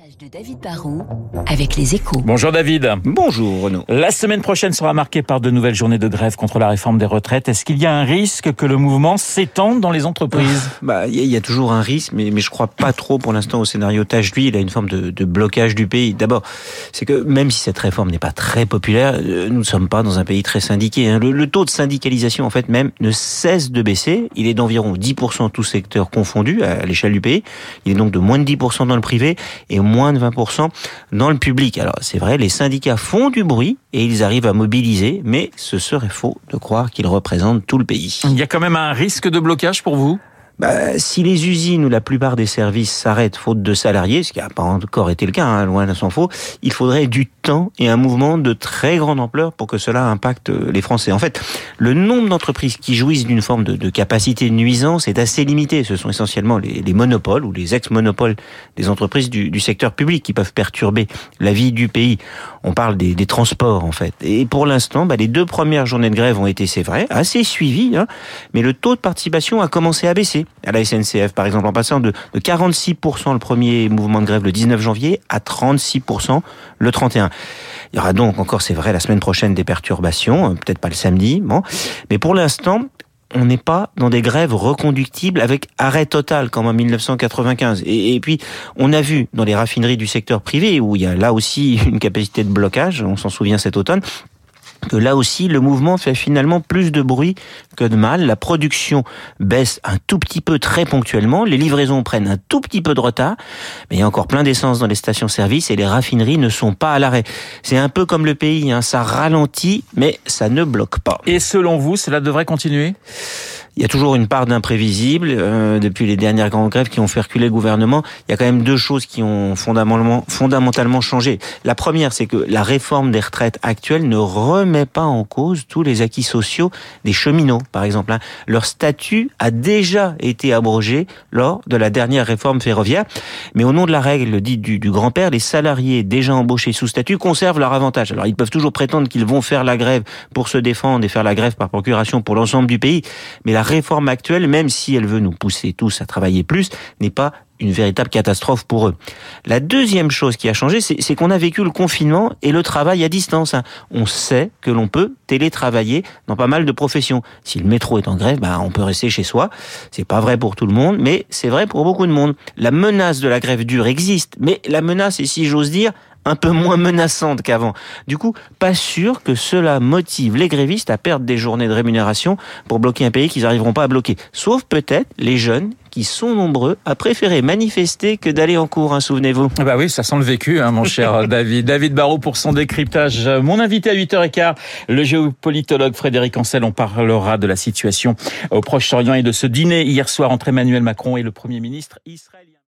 De David Barrault avec Les Échos. Bonjour David. Bonjour Renaud. La semaine prochaine sera marquée par de nouvelles journées de grève contre la réforme des retraites. Est-ce qu'il y a un risque que le mouvement s'étende dans les entreprises ? Il y a toujours un risque, mais je crois pas trop pour l'instant au scénario Tâche. Lui, il a une forme de blocage du pays. D'abord, c'est que même si cette réforme n'est pas très populaire, nous ne sommes pas dans un pays très syndiqué. Le taux de syndicalisation, en fait, même ne cesse de baisser. Il est d'environ 10% tous secteurs confondus à l'échelle du pays. Il est donc de moins de 10% dans le privé et moins de 20% dans le public. Alors c'est vrai, les syndicats font du bruit et ils arrivent à mobiliser, mais ce serait faux de croire qu'ils représentent tout le pays. Il y a quand même un risque de blocage pour vous ? Si les usines ou la plupart des services s'arrêtent faute de salariés, ce qui n'a pas encore été le cas, loin de s'en faut, il faudrait du temps et un mouvement de très grande ampleur pour que cela impacte les Français. En fait, le nombre d'entreprises qui jouissent d'une forme de capacité de nuisance est assez limité. Ce sont essentiellement les monopoles ou les ex-monopoles des entreprises du secteur public qui peuvent perturber la vie du pays. On parle des transports, en fait. Et pour l'instant, les 2 premières journées de grève ont été, c'est vrai, assez suivies, mais le taux de participation a commencé à baisser. À la SNCF, par exemple, en passant de 46% le premier mouvement de grève le 19 janvier à 36% le 31. Il y aura donc encore, c'est vrai, la semaine prochaine des perturbations, peut-être pas le samedi, mais pour l'instant, on n'est pas dans des grèves reconductibles avec arrêt total comme en 1995. Et puis, on a vu dans les raffineries du secteur privé, où il y a là aussi une capacité de blocage, on s'en souvient cet automne, que là aussi, le mouvement fait finalement plus de bruit que de mal. La production baisse un tout petit peu très ponctuellement, les livraisons prennent un tout petit peu de retard, mais il y a encore plein d'essence dans les stations-service et les raffineries ne sont pas à l'arrêt. C'est un peu comme le pays, ça ralentit, mais ça ne bloque pas. Et selon vous, cela devrait continuer ? Il y a toujours une part d'imprévisible. Depuis les dernières grandes grèves qui ont fait reculer le gouvernement, il y a quand même 2 choses qui ont fondamentalement changé. La première, c'est que la réforme des retraites actuelle ne remet pas en cause tous les acquis sociaux des cheminots, par exemple. Leur statut a déjà été abrogé lors de la dernière réforme ferroviaire. Mais au nom de la règle dite du grand-père, les salariés déjà embauchés sous statut conservent leur avantage. Alors ils peuvent toujours prétendre qu'ils vont faire la grève pour se défendre et faire la grève par procuration pour l'ensemble du pays. Mais la réforme actuelle, même si elle veut nous pousser tous à travailler plus, n'est pas une véritable catastrophe pour eux. La deuxième chose qui a changé, c'est qu'on a vécu le confinement et le travail à distance. On sait que l'on peut télétravailler dans pas mal de professions. Si le métro est en grève, on peut rester chez soi. C'est pas vrai pour tout le monde, mais c'est vrai pour beaucoup de monde. La menace de la grève dure existe, mais la menace est, si j'ose dire, un peu moins menaçante qu'avant. Du coup, pas sûr que cela motive les grévistes à perdre des journées de rémunération pour bloquer un pays qu'ils n'arriveront pas à bloquer. Sauf peut-être les jeunes qui sont nombreux à préférer manifester que d'aller en cours, souvenez-vous. Oui, ça sent le vécu, mon cher David. David Barrault pour son décryptage. Mon invité à 8h15, le géopolitologue Frédéric Ancel. On parlera de la situation au Proche-Orient et de ce dîner hier soir entre Emmanuel Macron et le Premier ministre israélien.